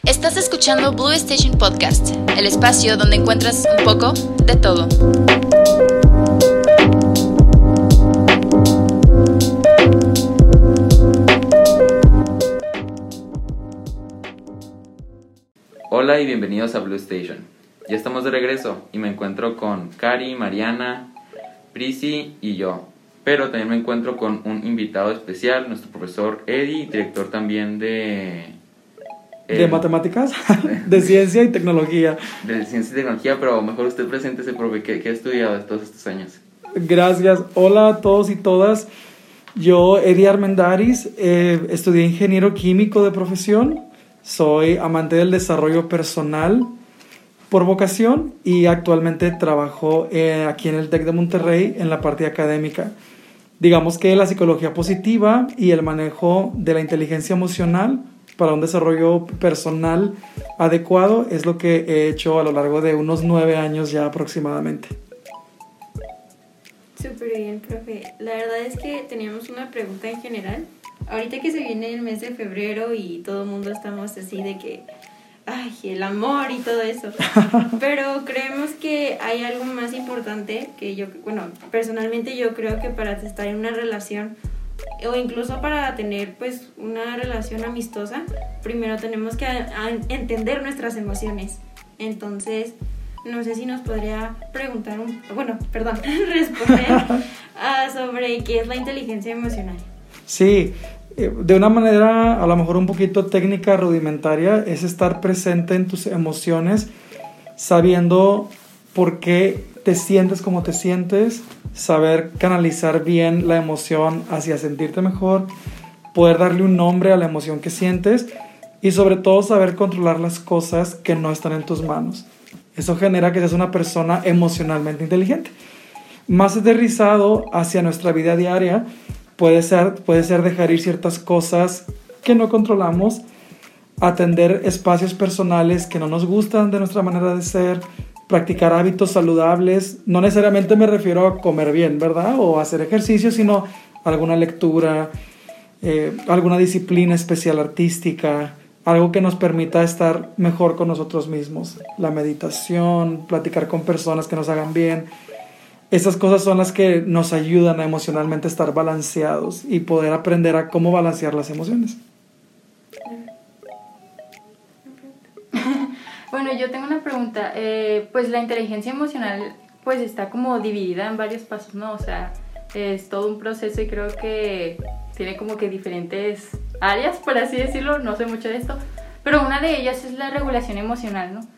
Estás escuchando Blue Station Podcast, el espacio donde encuentras un poco de todo. Hola y bienvenidos a Blue Station. Ya estamos de regreso y me encuentro con Cari, Mariana, Prisi y yo. Pero también me encuentro con un invitado especial, nuestro profesor Eddie, director también de matemáticas, de ciencia y tecnología. De ciencia y tecnología, pero mejor usted preséntese, profe, ¿qué ha estudiado todos estos años? Gracias. Hola a todos y todas. Yo, Eddie Armendáriz, estudié ingeniero químico de profesión. Soy amante del desarrollo personal por vocación y actualmente trabajo aquí en el TEC de Monterrey en la parte académica. Digamos que la psicología positiva y el manejo de la inteligencia emocional para un desarrollo personal adecuado es lo que he hecho a lo largo de unos 9 años ya aproximadamente. Súper bien, profe. La verdad es que teníamos una pregunta en general. Ahorita que se viene el mes de febrero y todo el mundo estamos así de que, ay, el amor y todo eso. Pero creemos que hay algo más importante que personalmente yo creo que para estar en una relación o incluso para tener pues una relación amistosa, primero tenemos que entender nuestras emociones. Entonces, no sé si nos podría responder sobre qué es la inteligencia emocional. Sí, de una manera a lo mejor un poquito técnica, rudimentaria, es estar presente en tus emociones, sabiendo por qué te sientes como te sientes, saber canalizar bien la emoción hacia sentirte mejor, poder darle un nombre a la emoción que sientes y sobre todo saber controlar las cosas que no están en tus manos. Eso genera que seas una persona emocionalmente inteligente. Más aterrizado hacia nuestra vida diaria, puede ser dejar ir ciertas cosas que no controlamos, atender espacios personales que no nos gustan de nuestra manera de ser, practicar hábitos saludables. No necesariamente me refiero a comer bien, ¿verdad? O hacer ejercicio, sino alguna lectura, alguna disciplina especial artística, algo que nos permita estar mejor con nosotros mismos. La meditación, platicar con personas que nos hagan bien. Esas cosas son las que nos ayudan a emocionalmente estar balanceados y poder aprender a cómo balancear las emociones. Bueno, yo tengo una pregunta. Pues la inteligencia emocional pues está como dividida en varios pasos, ¿no? O sea, es todo un proceso y creo que tiene como que diferentes áreas, por así decirlo. No sé mucho de esto, pero una de ellas es la regulación emocional, ¿no?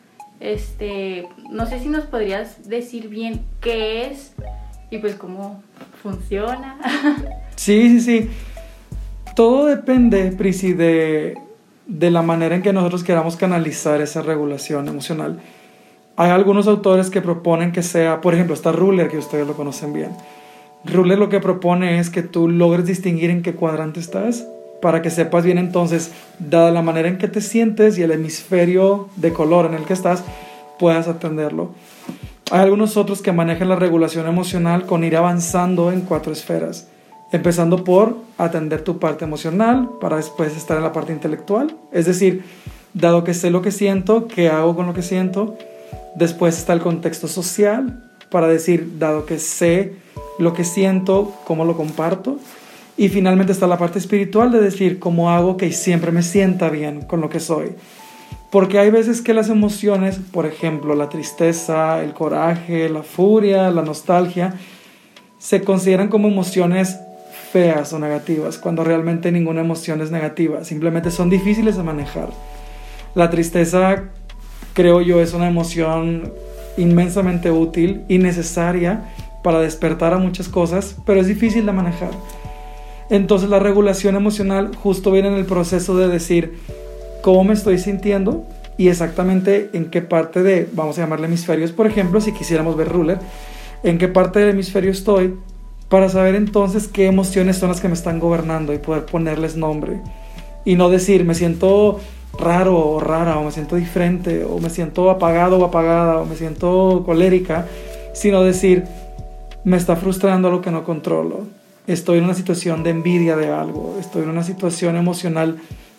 No sé si nos podrías decir bien qué es y pues cómo funciona. Sí. Todo depende, Prisi, de la manera en que nosotros queramos canalizar esa regulación emocional. Hay algunos autores que proponen que sea, por ejemplo, está Ruller, que ustedes lo conocen bien. Ruller lo que propone es que tú logres distinguir en qué cuadrante estás, para que sepas bien entonces, dada la manera en que te sientes y el hemisferio de color en el que estás, puedas atenderlo. Hay algunos otros que manejan la regulación emocional con ir avanzando en 4 esferas, empezando por atender tu parte emocional para después estar en la parte intelectual. Es decir, dado que sé lo que siento, ¿qué hago con lo que siento? Después está el contexto social para decir, dado que sé lo que siento, ¿cómo lo comparto? Y finalmente está la parte espiritual de decir, ¿cómo hago que siempre me sienta bien con lo que soy? Porque hay veces que las emociones, por ejemplo, la tristeza, el coraje, la furia, la nostalgia, se consideran como emociones feas o negativas, cuando realmente ninguna emoción es negativa, simplemente son difíciles de manejar. La tristeza, creo yo, es una emoción inmensamente útil y necesaria para despertar a muchas cosas, pero es difícil de manejar. Entonces la regulación emocional justo viene en el proceso de decir cómo me estoy sintiendo y exactamente en qué parte de, vamos a llamarle hemisferios, por ejemplo, si quisiéramos ver Ruller, en qué parte del hemisferio estoy, para saber entonces qué emociones son las que me están gobernando y poder ponerles nombre. Y no decir, me siento raro o rara, o me siento diferente, o me siento apagado o apagada, o me siento colérica, sino decir, me está frustrando algo que no controlo. Estoy en una situación de envidia de algo, estoy en una situación emocional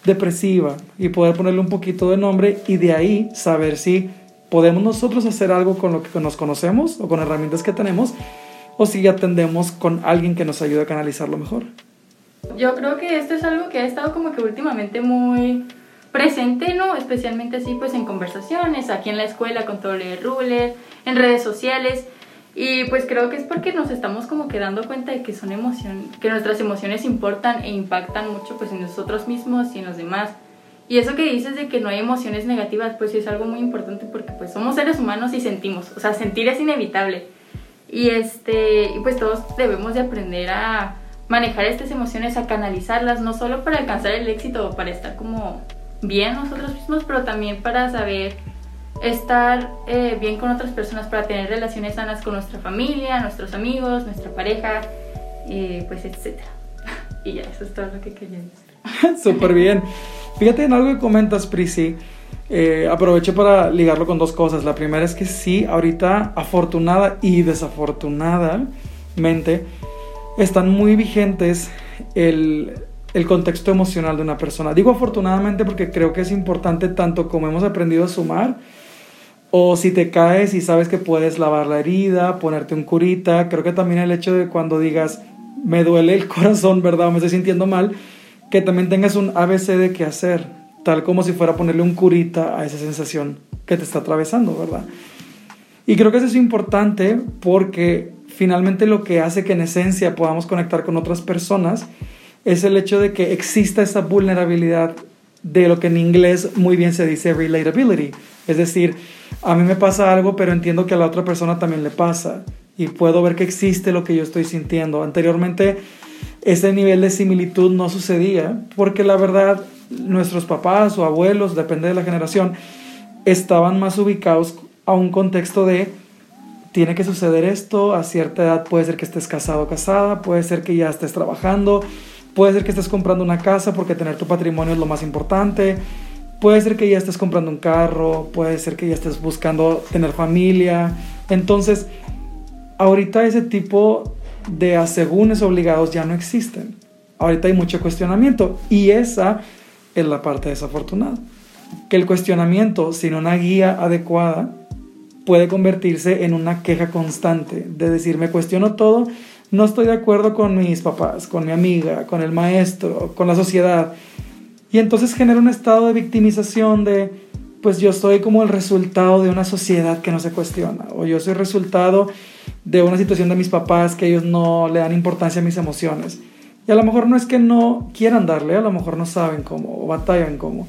depresiva y poder ponerle un poquito de nombre y de ahí saber si podemos nosotros hacer algo con lo que nos conocemos o con herramientas que tenemos o si atendemos con alguien que nos ayude a canalizarlo mejor. Yo creo que esto es algo que ha estado como que últimamente muy presente, ¿no? Especialmente así pues en conversaciones, aquí en la escuela con todo el ruler, en redes sociales. Y pues creo que es porque nos estamos como que dando cuenta de que que nuestras emociones importan e impactan mucho pues en nosotros mismos y en los demás. Y eso que dices de que no hay emociones negativas, pues sí es algo muy importante porque pues somos seres humanos y sentimos, o sea, sentir es inevitable. Y pues todos debemos de aprender a manejar estas emociones, a canalizarlas, no solo para alcanzar el éxito o para estar como bien nosotros mismos, pero también para saber estar bien con otras personas, para tener relaciones sanas con nuestra familia, nuestros amigos, nuestra pareja, pues etcétera. Y ya, eso es todo lo que quería decir. Súper bien. Fíjate en algo que comentas, Prisi. Aprovecho para ligarlo con dos cosas. La primera es que sí, ahorita afortunada y desafortunadamente están muy vigentes el contexto emocional de una persona. Digo afortunadamente porque creo que es importante tanto como hemos aprendido a sumar, o si te caes y sabes que puedes lavar la herida, ponerte un curita. Creo que también el hecho de cuando digas me duele el corazón, ¿verdad? O me estoy sintiendo mal, que también tengas un ABC de qué hacer, tal como si fuera ponerle un curita a esa sensación que te está atravesando, ¿verdad? Y creo que eso es importante porque finalmente lo que hace que en esencia podamos conectar con otras personas es el hecho de que exista esa vulnerabilidad de lo que en inglés muy bien se dice relatability. Es decir, a mí me pasa algo, pero entiendo que a la otra persona también le pasa y puedo ver que existe lo que yo estoy sintiendo. Anteriormente ese nivel de similitud no sucedía porque la verdad nuestros papás o abuelos, depende de la generación, estaban más ubicados a un contexto de tiene que suceder esto a cierta edad. Puede ser que estés casado o casada, puede ser que ya estés trabajando, puede ser que estés comprando una casa porque tener tu patrimonio es lo más importante, puede ser que ya estés comprando un carro, puede ser que ya estés buscando tener familia. Entonces ahorita ese tipo de asegúnes obligados ya no existen. Ahorita hay mucho cuestionamiento y esa es la parte desafortunada, que el cuestionamiento sin una guía adecuada puede convertirse en una queja constante de decir me cuestiono todo, no estoy de acuerdo con mis papás, con mi amiga, con el maestro, con la sociedad, y entonces genera un estado de victimización de pues yo soy como el resultado de una sociedad que no se cuestiona, o yo soy el resultado de una situación de mis papás que ellos no le dan importancia a mis emociones. Y a lo mejor no es que no quieran darle, a lo mejor no saben cómo o batallan cómo.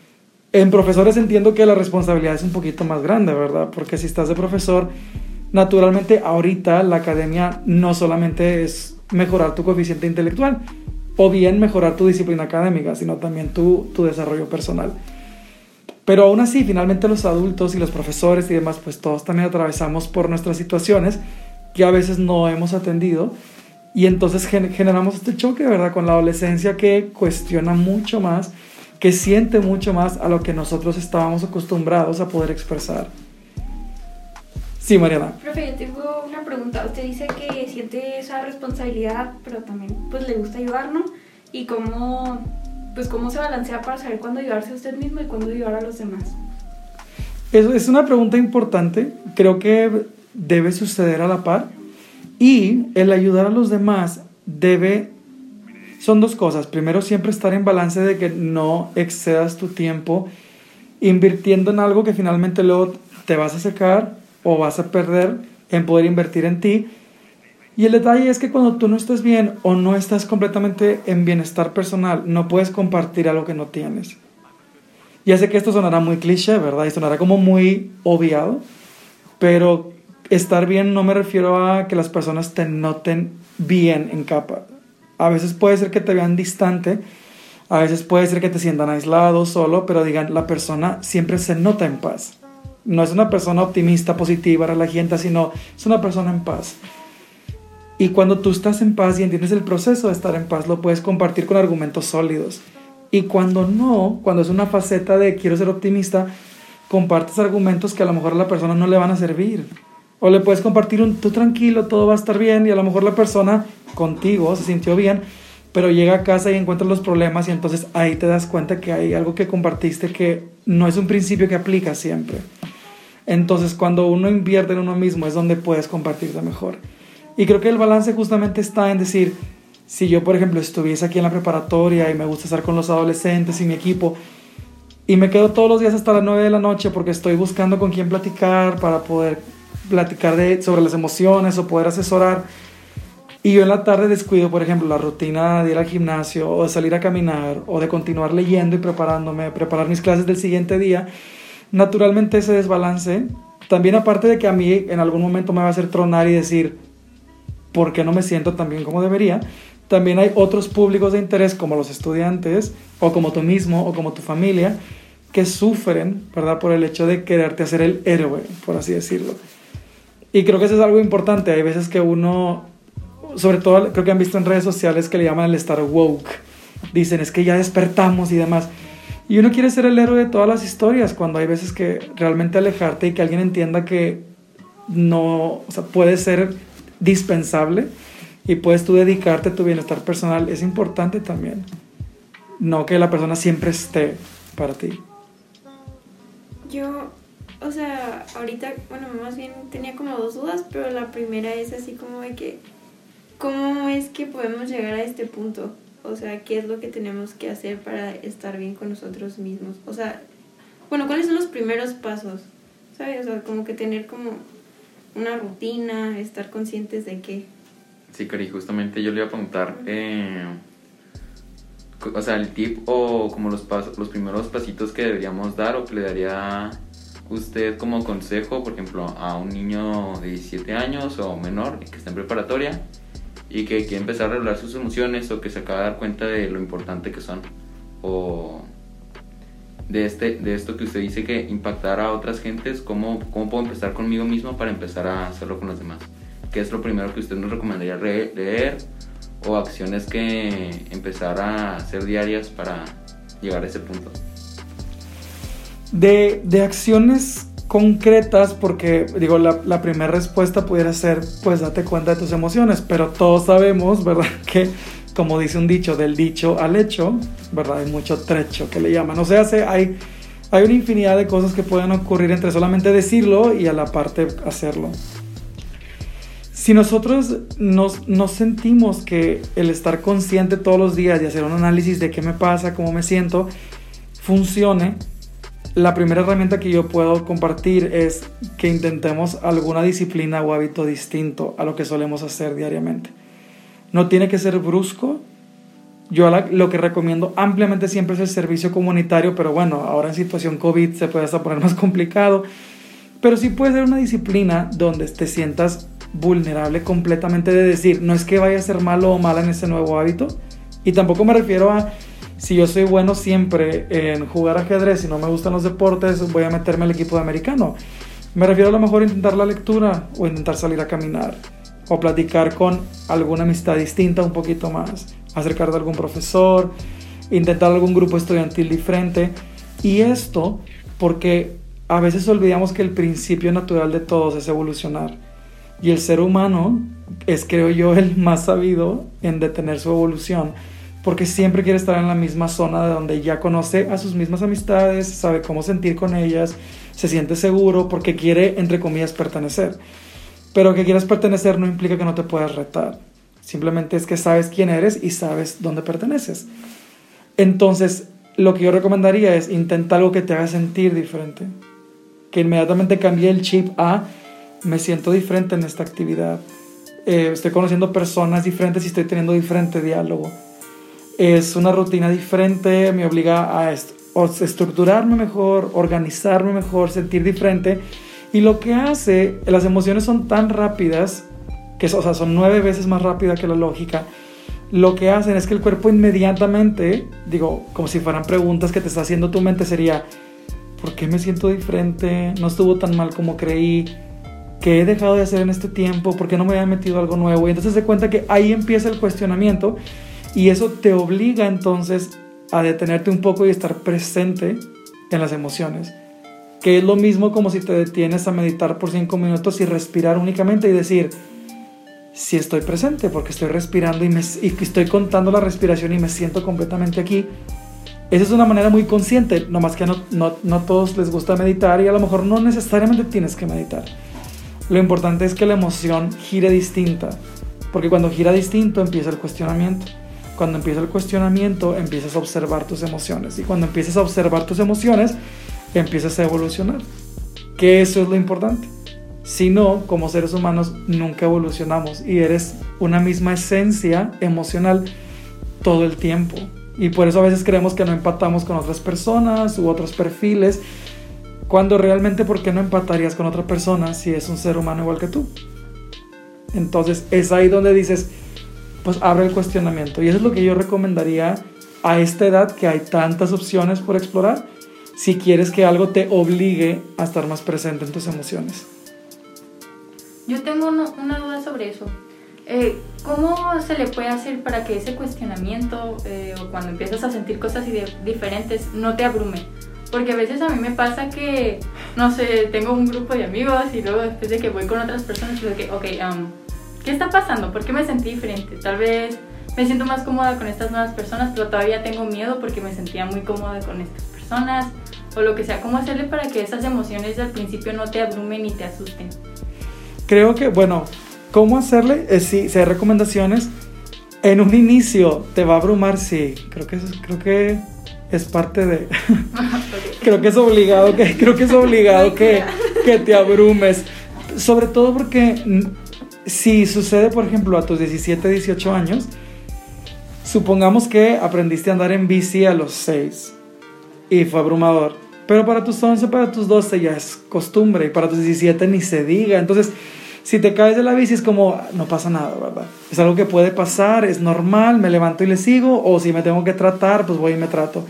En profesores entiendo que la responsabilidad es un poquito más grande, ¿verdad? Porque si estás de profesor, naturalmente ahorita la academia no solamente es mejorar tu coeficiente intelectual o bien mejorar tu disciplina académica, sino también tu desarrollo personal. Pero aún así, finalmente los adultos y los profesores y demás, pues todos también atravesamos por nuestras situaciones que a veces no hemos atendido. Y entonces generamos este choque, ¿verdad? Con la adolescencia que cuestiona mucho más, que siente mucho más a lo que nosotros estábamos acostumbrados a poder expresar. Sí, Mariana. Profe, yo tengo una pregunta. Usted dice que siente esa responsabilidad, pero también pues le gusta ayudar, ¿no? ¿Y cómo se balancea para saber cuándo ayudarse a usted mismo y cuándo ayudar a los demás? Eso es una pregunta importante. Creo que debe suceder a la par. Y el ayudar a los demás son dos cosas. Primero, siempre estar en balance de que no excedas tu tiempo invirtiendo en algo que finalmente luego te vas a secar o vas a perder en poder invertir en ti. Y el detalle es que cuando tú no estás bien o no estás completamente en bienestar personal, no puedes compartir algo que no tienes. Ya sé que esto sonará muy cliché, ¿verdad? Y sonará como muy obviado, pero estar bien no me refiero a que las personas te noten bien en capa. A veces puede ser que te vean distante, a veces puede ser que te sientan aislado, solo, pero digan, la persona siempre se nota en paz. No es una persona optimista, positiva, relajante, sino es una persona en paz. Y cuando tú estás en paz y entiendes el proceso de estar en paz, lo puedes compartir con argumentos sólidos. Y cuando no, cuando es una faceta de quiero ser optimista, compartes argumentos que a lo mejor a la persona no le van a servir. O le puedes compartir tú tranquilo, todo va a estar bien, y a lo mejor la persona contigo se sintió bien, pero llega a casa y encuentra los problemas y entonces ahí te das cuenta que hay algo que compartiste que no es un principio que aplica siempre. Entonces cuando uno invierte en uno mismo es donde puedes compartirte mejor. Y creo que el balance justamente está en decir, si yo por ejemplo estuviese aquí en la preparatoria y me gusta estar con los adolescentes y mi equipo y me quedo todos los días hasta las 9 de la noche porque estoy buscando con quién platicar para poder platicar sobre las emociones o poder asesorar, y yo en la tarde descuido por ejemplo la rutina de ir al gimnasio o de salir a caminar o de continuar leyendo y preparar mis clases del siguiente día, naturalmente ese desbalance también, aparte de que a mí en algún momento me va a hacer tronar y decir ¿por qué no me siento tan bien como debería? También hay otros públicos de interés como los estudiantes o como tú mismo o como tu familia que sufren, ¿verdad? Por el hecho de quererte hacer el héroe, por así decirlo. Y creo que eso es algo importante. Hay veces que uno, sobre todo creo que han visto en redes sociales que le llaman el estar woke. Dicen, es que ya despertamos y demás. Y uno quiere ser el héroe de todas las historias, cuando hay veces que realmente alejarte y que alguien entienda que no, o sea, puede ser dispensable y puedes tú dedicarte a tu bienestar personal, es importante también. No que la persona siempre esté para ti. Yo, o sea, ahorita, bueno, más bien tenía como dos dudas, pero la primera es así como de que, ¿cómo es que podemos llegar a este punto? O sea, ¿qué es lo que tenemos que hacer para estar bien con nosotros mismos? O sea, bueno, ¿cuáles son los primeros pasos? ¿Sabes? O sea, como que tener como una rutina, estar conscientes de qué. Sí, Cari, justamente yo le iba a preguntar, o sea, el tip o como los primeros pasitos que deberíamos dar o que le daría usted como consejo, por ejemplo, a un niño de 17 años o menor que está en preparatoria y que quiere empezar a regular sus emociones o que se acaba de dar cuenta de lo importante que son, o de esto que usted dice que impactar a otras gentes, ¿cómo puedo empezar conmigo mismo para empezar a hacerlo con los demás? ¿Qué es lo primero que usted nos recomendaría leer o acciones que empezar a hacer diarias para llegar a ese punto? De acciones concretas, porque digo, la primera respuesta pudiera ser, pues date cuenta de tus emociones, pero todos sabemos, ¿verdad?, que como dice un dicho, del dicho al hecho, ¿verdad?, hay mucho trecho que le llaman. O sea, hay una infinidad de cosas que pueden ocurrir entre solamente decirlo y a la parte hacerlo. Si nosotros nos sentimos que el estar consciente todos los días y hacer un análisis de qué me pasa, cómo me siento, funcione, la primera herramienta que yo puedo compartir es que intentemos alguna disciplina o hábito distinto a lo que solemos hacer diariamente. No tiene que ser brusco. Yo lo que recomiendo ampliamente siempre es el servicio comunitario, pero bueno, ahora en situación COVID se puede hasta poner más complicado. Pero sí puede ser una disciplina donde te sientas vulnerable completamente, de decir, no es que vaya a ser malo o mala en ese nuevo hábito, y tampoco me refiero a si yo soy bueno siempre en jugar ajedrez y no me gustan los deportes, voy a meterme al equipo de americano. Me refiero a lo mejor a intentar la lectura o intentar salir a caminar o platicar con alguna amistad distinta un poquito más, acercarte a algún profesor, intentar algún grupo estudiantil diferente. Y esto porque a veces olvidamos que el principio natural de todos es evolucionar. Y el ser humano es, creo yo, el más sabido en detener su evolución, porque siempre quiere estar en la misma zona de donde ya conoce a sus mismas amistades, sabe cómo sentir con ellas, se siente seguro, porque quiere, entre comillas, pertenecer. Pero que quieras pertenecer no implica que no te puedas retar. Simplemente es que sabes quién eres y sabes dónde perteneces. Entonces, lo que yo recomendaría es intentar algo que te haga sentir diferente. Que inmediatamente cambie el chip a me siento diferente en esta actividad. Estoy conociendo personas diferentes y estoy teniendo diferente diálogo. Es una rutina diferente, me obliga a estructurarme mejor, organizarme mejor, sentir diferente. Y lo que hace, las emociones son tan rápidas, que son 9 veces más rápidas que la lógica. Lo que hacen es que el cuerpo inmediatamente, digo, como si fueran preguntas que te está haciendo tu mente, sería, ¿por qué me siento diferente? No estuvo tan mal como creí. ¿Qué he dejado de hacer en este tiempo? ¿Por qué no me había metido algo nuevo? Y entonces se cuenta que ahí empieza el cuestionamiento y eso te obliga entonces a detenerte un poco y estar presente en las emociones, que es lo mismo como si te detienes a meditar por 5 minutos y respirar únicamente y decir, si estoy presente, porque estoy respirando y estoy contando la respiración y me siento completamente aquí. Esa es una manera muy consciente, nomás que no todos les gusta meditar y a lo mejor no necesariamente tienes que meditar. Lo importante es que la emoción gire distinta, porque cuando gira distinto empieza el cuestionamiento. Cuando empieza el cuestionamiento empiezas a observar tus emociones y cuando empiezas a observar tus emociones empiezas a evolucionar, que eso es lo importante. Si no, como seres humanos nunca evolucionamos y eres una misma esencia emocional todo el tiempo. Y por eso a veces creemos que no empatamos con otras personas u otros perfiles, cuando realmente, ¿por qué no empatarías con otra persona si es un ser humano igual que tú? Entonces es ahí donde dices, pues abre el cuestionamiento. Y eso es lo que yo recomendaría a esta edad, que hay tantas opciones por explorar, si quieres que algo te obligue a estar más presente en tus emociones. Yo tengo una duda sobre eso. ¿Cómo se le puede hacer para que ese cuestionamiento o cuando empiezas a sentir cosas diferentes no te abrume? Porque a veces a mí me pasa que, no sé, tengo un grupo de amigos y luego después de que voy con otras personas, digo que, ¿qué está pasando? ¿Por qué me sentí diferente? Tal vez me siento más cómoda con estas nuevas personas, pero todavía tengo miedo porque me sentía muy cómoda con estas personas o lo que sea. ¿Cómo hacerle para que esas emociones al principio no te abrumen ni te asusten? Creo que, ¿cómo hacerle? Sí, si hay recomendaciones. En un inicio te va a abrumar, sí. Creo que es parte de... Creo que es obligado que te abrumes. Sobre todo porque si sucede, por ejemplo, a tus 17, 18 años, supongamos que aprendiste a andar en bici a los 6 y fue abrumador. Pero para tus 11, para tus 12 ya es costumbre y para tus 17 ni se diga. Entonces, si te caes de la bici es como, no pasa nada, ¿verdad? Es algo que puede pasar, es normal, me levanto y le sigo, o si me tengo que tratar, pues voy y me trato.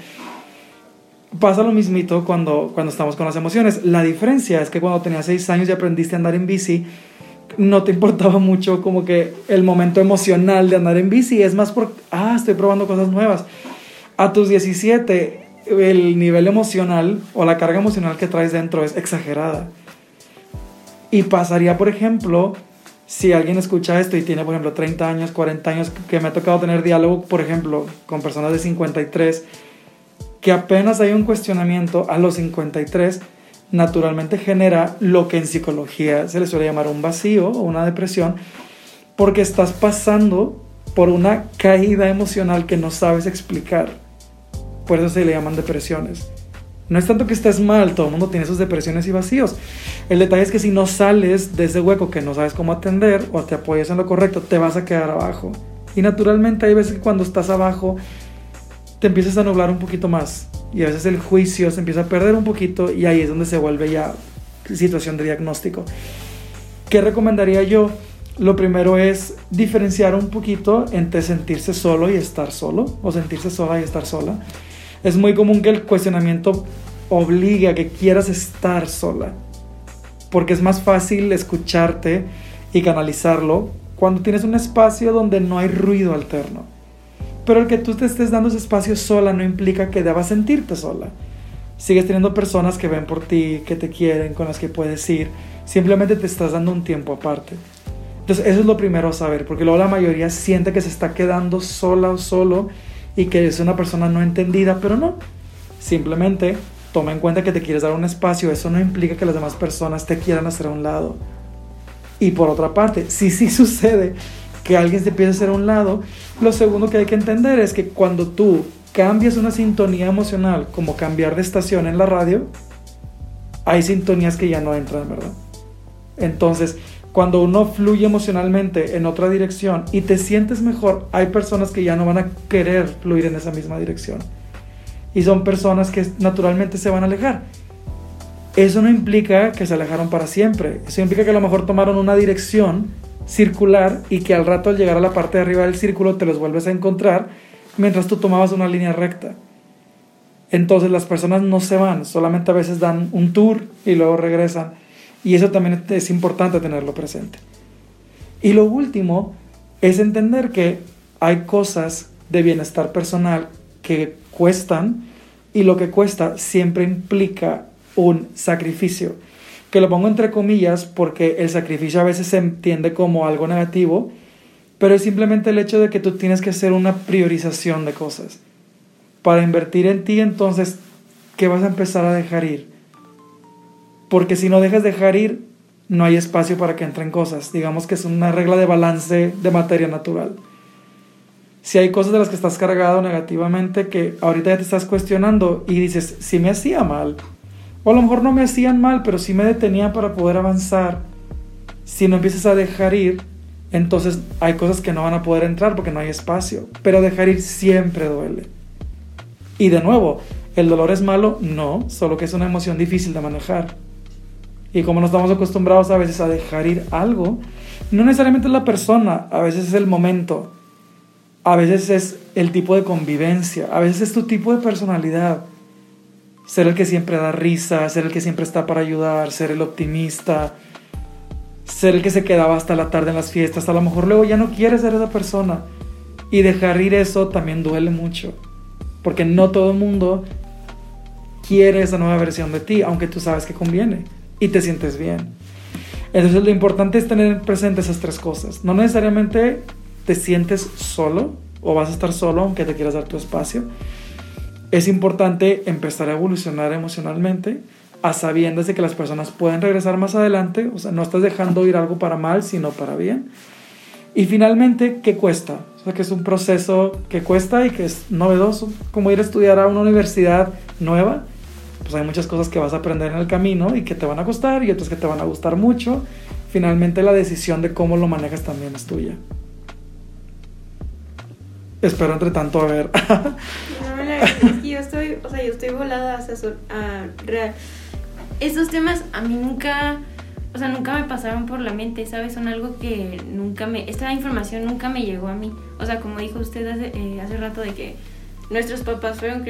Pasa lo mismito cuando estamos con las emociones. La diferencia es que cuando tenías 6 años y aprendiste a andar en bici, no te importaba mucho como que el momento emocional de andar en bici, es más por, estoy probando cosas nuevas. A tus 17, el nivel emocional o la carga emocional que traes dentro es exagerada. Y pasaría, por ejemplo, si alguien escucha esto y tiene, por ejemplo, 30 años, 40 años, que me ha tocado tener diálogo, por ejemplo, con personas de 53, que apenas hay un cuestionamiento a los 53, naturalmente genera lo que en psicología se le suele llamar un vacío o una depresión, porque estás pasando por una caída emocional que no sabes explicar. Por eso se le llaman depresiones. No es tanto que estés mal, todo el mundo tiene sus depresiones y vacíos. El detalle es que si no sales de ese hueco que no sabes cómo atender o te apoyas en lo correcto, te vas a quedar abajo. Y naturalmente hay veces que cuando estás abajo te empiezas a nublar un poquito más y a veces el juicio se empieza a perder un poquito y ahí es donde se vuelve ya situación de diagnóstico. ¿Qué recomendaría yo? Lo primero es diferenciar un poquito entre sentirse solo y estar solo, o sentirse sola y estar sola. Es muy común que el cuestionamiento obligue a que quieras estar sola, porque es más fácil escucharte y canalizarlo cuando tienes un espacio donde no hay ruido alterno. Pero el que tú te estés dando ese espacio sola no implica que debas sentirte sola. Sigues teniendo personas que ven por ti, que te quieren, con las que puedes ir. Simplemente te estás dando un tiempo aparte. Entonces eso es lo primero a saber, porque luego la mayoría siente que se está quedando sola o solo y que es una persona no entendida, pero no. Simplemente toma en cuenta que te quieres dar un espacio. Eso no implica que las demás personas te quieran hacer a un lado. Y por otra parte, si sí sucede que alguien se empieza a hacer a un lado, lo segundo que hay que entender es que cuando tú cambias una sintonía emocional, como cambiar de estación en la radio, hay sintonías que ya no entran, ¿verdad? Entonces, cuando uno fluye emocionalmente en otra dirección y te sientes mejor, hay personas que ya no van a querer fluir en esa misma dirección. Y son personas que naturalmente se van a alejar. Eso no implica que se alejaron para siempre. Eso implica que a lo mejor tomaron una dirección circular y que al rato al llegar a la parte de arriba del círculo te los vuelves a encontrar mientras tú tomabas una línea recta. Entonces las personas no se van, solamente a veces dan un tour y luego regresan. Y eso también es importante tenerlo presente. Y lo último es entender que hay cosas de bienestar personal que cuestan y lo que cuesta siempre implica un sacrificio. que lo pongo entre comillas porque el sacrificio a veces se entiende como algo negativo, pero es simplemente el hecho de que tú tienes que hacer una priorización de cosas. Para invertir en ti, entonces, ¿qué vas a empezar a dejar ir? Porque si no dejas dejar ir, no hay espacio para que entren cosas. Digamos que es una regla de balance de materia natural. Si hay cosas de las que estás cargado negativamente que ahorita ya te estás cuestionando y dices, si me hacía mal, o a lo mejor no me hacían mal, pero sí me detenían para poder avanzar. Si no empiezas a dejar ir, entonces hay cosas que no van a poder entrar porque no hay espacio. Pero dejar ir siempre duele. Y de nuevo, ¿el dolor es malo? No, solo que es una emoción difícil de manejar. Y como no estamos acostumbrados a veces a dejar ir algo, no necesariamente es la persona, a veces es el momento, a veces es el tipo de convivencia, a veces es tu tipo de personalidad. Ser el que siempre da risa, ser el que siempre está para ayudar, ser el optimista, ser el que se quedaba hasta la tarde en las fiestas, a lo mejor luego ya no quieres ser esa persona. Y dejar ir eso también duele mucho, porque no todo el mundo quiere esa nueva versión de ti, aunque tú sabes que conviene y te sientes bien. Entonces lo importante es tener presente esas tres cosas. No necesariamente te sientes solo o vas a estar solo aunque te quieras dar tu espacio. Es importante empezar a evolucionar emocionalmente a sabiendas de que las personas pueden regresar más adelante. O sea, no estás dejando ir algo para mal, sino para bien. Y finalmente, ¿qué cuesta? O sea, que es un proceso que cuesta y que es novedoso, como ir a estudiar a una universidad nueva. Pues hay muchas cosas que vas a aprender en el camino y que te van a costar y otras que te van a gustar mucho. Finalmente la decisión de cómo lo manejas también es tuya. Espero entre tanto a ver. No, la verdad es que yo estoy volada a real. Estos temas a mí nunca me pasaron por la mente, ¿sabes? Son algo que esta información nunca me llegó a mí. O sea, como dijo usted hace rato de que nuestros papás fueron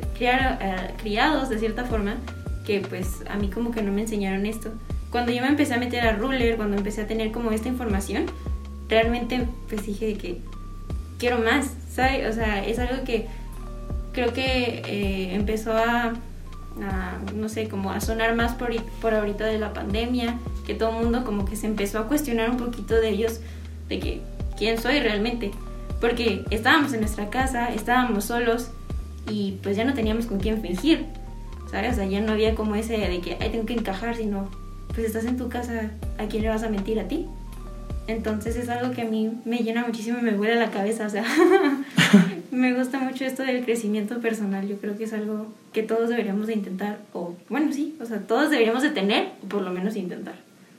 criados de cierta forma, que pues a mí como que no me enseñaron esto. Cuando yo me empecé a meter a Ruler, cuando empecé a tener como esta información, realmente pues dije de que quiero más, ¿sabes? O sea, es algo que creo que empezó a no sé, como a sonar más por ahorita de la pandemia, que todo el mundo como que se empezó a cuestionar un poquito de ellos, de que quién soy realmente. Porque estábamos en nuestra casa, estábamos solos y pues ya no teníamos con quién fingir, ¿sabes? O sea, ya no había como ese de que tengo que encajar, sino pues estás en tu casa, ¿a quién le vas a mentir? ¿A ti? Entonces es algo que a mí me llena muchísimo y me vuela la cabeza, o sea, me gusta mucho esto del crecimiento personal. Yo creo que es algo que todos deberíamos de intentar, o bueno, sí, o sea, todos deberíamos de tener, o por lo menos intentar.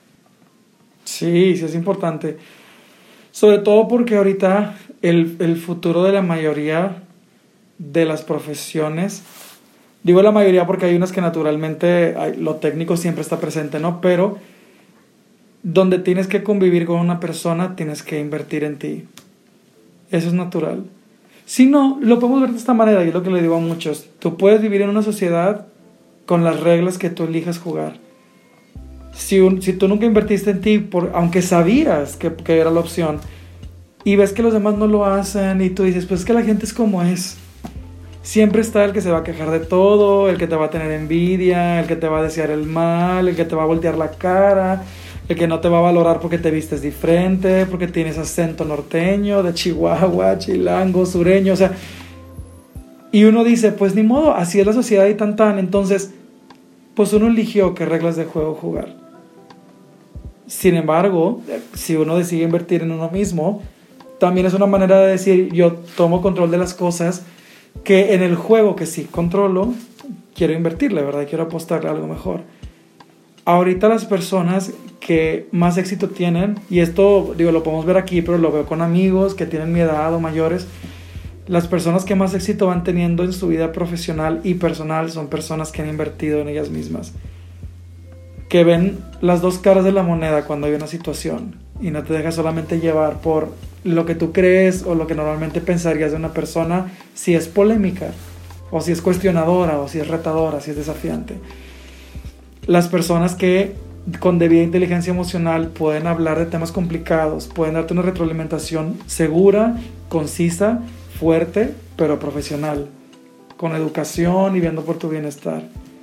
Sí, sí es importante. Sobre todo porque ahorita el futuro de la mayoría de las profesiones, digo la mayoría porque hay unas que naturalmente lo técnico siempre está presente, ¿no? Pero donde tienes que convivir con una persona, tienes que invertir en ti. Eso es natural. Si no, lo podemos ver de esta manera, y es lo que le digo a muchos. Tú puedes vivir en una sociedad con las reglas que tú elijas jugar. Si tú nunca invertiste en ti, aunque sabías que era la opción, y ves que los demás no lo hacen, y tú dices, pues es que la gente es como es. Siempre está el que se va a quejar de todo, el que te va a tener envidia, el que te va a desear el mal, el que te va a voltear la cara, el que no te va a valorar porque te vistes diferente, porque tienes acento norteño, de Chihuahua, chilango, sureño, o sea. Y uno dice, pues ni modo, así es la sociedad y tan. Entonces, pues uno eligió qué reglas de juego jugar. Sin embargo, si uno decide invertir en uno mismo, también es una manera de decir, yo tomo control de las cosas que en el juego que sí controlo, quiero invertirle, ¿verdad? Quiero apostarle a algo mejor. Ahorita las personas que más éxito tienen, y esto digo lo podemos ver aquí, pero lo veo con amigos que tienen mi edad o mayores, las personas que más éxito van teniendo en su vida profesional y personal son personas que han invertido en ellas mismas, que ven las dos caras de la moneda cuando hay una situación y no te dejas solamente llevar por lo que tú crees o lo que normalmente pensarías de una persona, si es polémica o si es cuestionadora o si es retadora, si es desafiante. Las personas que con debida inteligencia emocional pueden hablar de temas complicados, pueden darte una retroalimentación segura, concisa, fuerte, pero profesional, con educación y viendo por tu bienestar.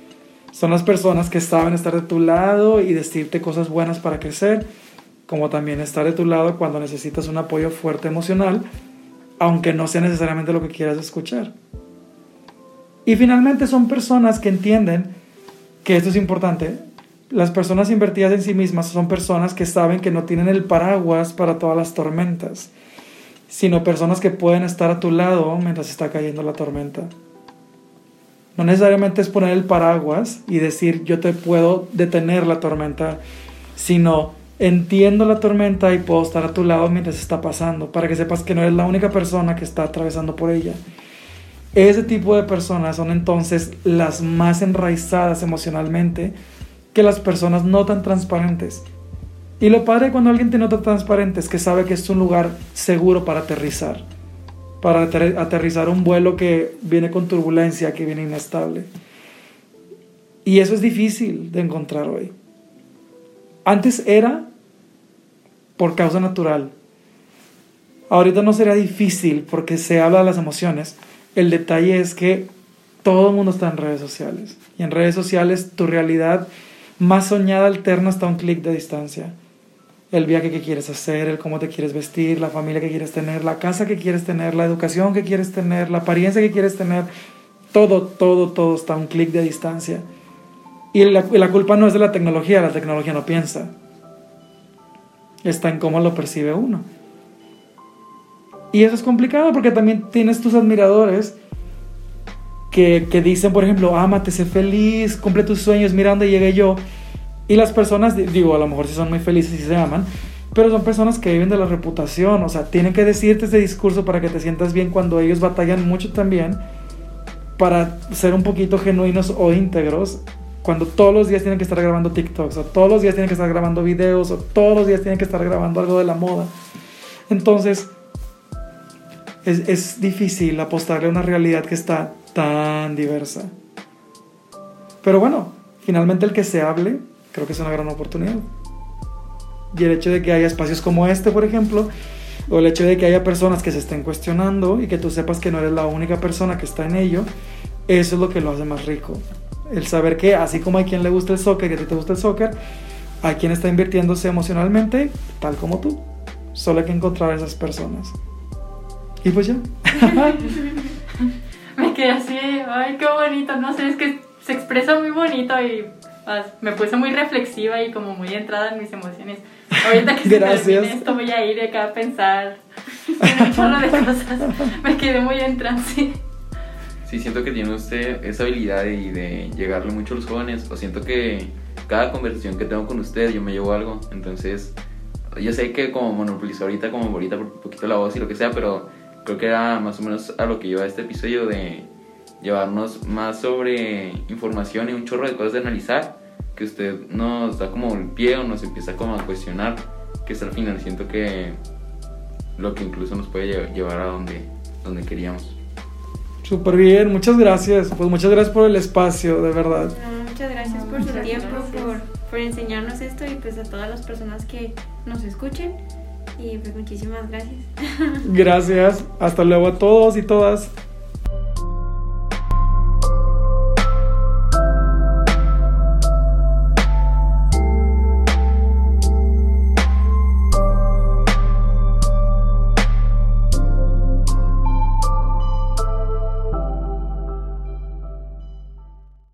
Son las personas que saben estar de tu lado y decirte cosas buenas para crecer, como también estar de tu lado cuando necesitas un apoyo fuerte emocional, aunque no sea necesariamente lo que quieras escuchar. Y finalmente son personas que entienden que esto es importante. Las personas invertidas en sí mismas son personas que saben que no tienen el paraguas para todas las tormentas, sino personas que pueden estar a tu lado mientras está cayendo la tormenta. No necesariamente es poner el paraguas y decir yo te puedo detener la tormenta, sino entiendo la tormenta y puedo estar a tu lado mientras está pasando, para que sepas que no eres la única persona que está atravesando por ella. Ese tipo de personas son entonces las más enraizadas emocionalmente que las personas no tan transparentes. Y lo padre cuando alguien te nota transparente es que sabe que es un lugar seguro para aterrizar. Para aterrizar un vuelo que viene con turbulencia, que viene inestable. Y eso es difícil de encontrar hoy. Antes era por causa natural. Ahorita no sería difícil porque se habla de las emociones. El detalle es que todo el mundo está en redes sociales. Y en redes sociales tu realidad más soñada alterna está a un clic de distancia. El viaje que quieres hacer, el cómo te quieres vestir, la familia que quieres tener, la casa que quieres tener, la educación que quieres tener, la apariencia que quieres tener, todo está a un clic de distancia. Y la culpa no es de la tecnología no piensa. Está en cómo lo percibe uno. Y eso es complicado porque también tienes tus admiradores que dicen, por ejemplo, ámate, sé feliz, cumple tus sueños, mira dónde llegué yo. Y las personas, digo, a lo mejor sí son muy felices y se aman, pero son personas que viven de la reputación. O sea, tienen que decirte este discurso para que te sientas bien cuando ellos batallan mucho también para ser un poquito genuinos o íntegros, cuando todos los días tienen que estar grabando TikToks, o todos los días tienen que estar grabando videos, o todos los días tienen que estar grabando algo de la moda. Entonces, es difícil apostarle a una realidad que está tan diversa. Pero bueno, finalmente el que se hable, creo que es una gran oportunidad. Y el hecho de que haya espacios como este, por ejemplo, o el hecho de que haya personas que se estén cuestionando y que tú sepas que no eres la única persona que está en ello, eso es lo que lo hace más rico. El saber que así como hay quien le gusta el soccer y a ti te gusta el soccer, hay quien está invirtiéndose emocionalmente tal como tú. Solo hay que encontrar a esas personas. Y pues ya. Me quedé así, ay, qué bonito, no sé, es que se expresa muy bonito y me puse muy reflexiva y como muy entrada en mis emociones. Ahorita que se termine esto voy a ir acá a pensar en un chorro de cosas. Me quedé muy en trance. Sí, siento que tiene usted esa habilidad de llegarle mucho a los jóvenes, o siento que cada conversación que tengo con usted yo me llevo algo. Entonces yo sé que como monopolizó ahorita por un poquito la voz y lo que sea, pero creo que era más o menos a lo que lleva este episodio, de llevarnos más sobre información y un chorro de cosas de analizar, que usted nos da como el pie o nos empieza como a cuestionar, que es al final siento que lo que incluso nos puede llevar a donde queríamos. Súper bien, muchas gracias. Pues muchas gracias por el espacio, de verdad. No, muchas gracias por su tiempo, por enseñarnos esto, y pues a todas las personas que nos escuchen. Y pues muchísimas gracias. Gracias. Hasta luego a todos y todas.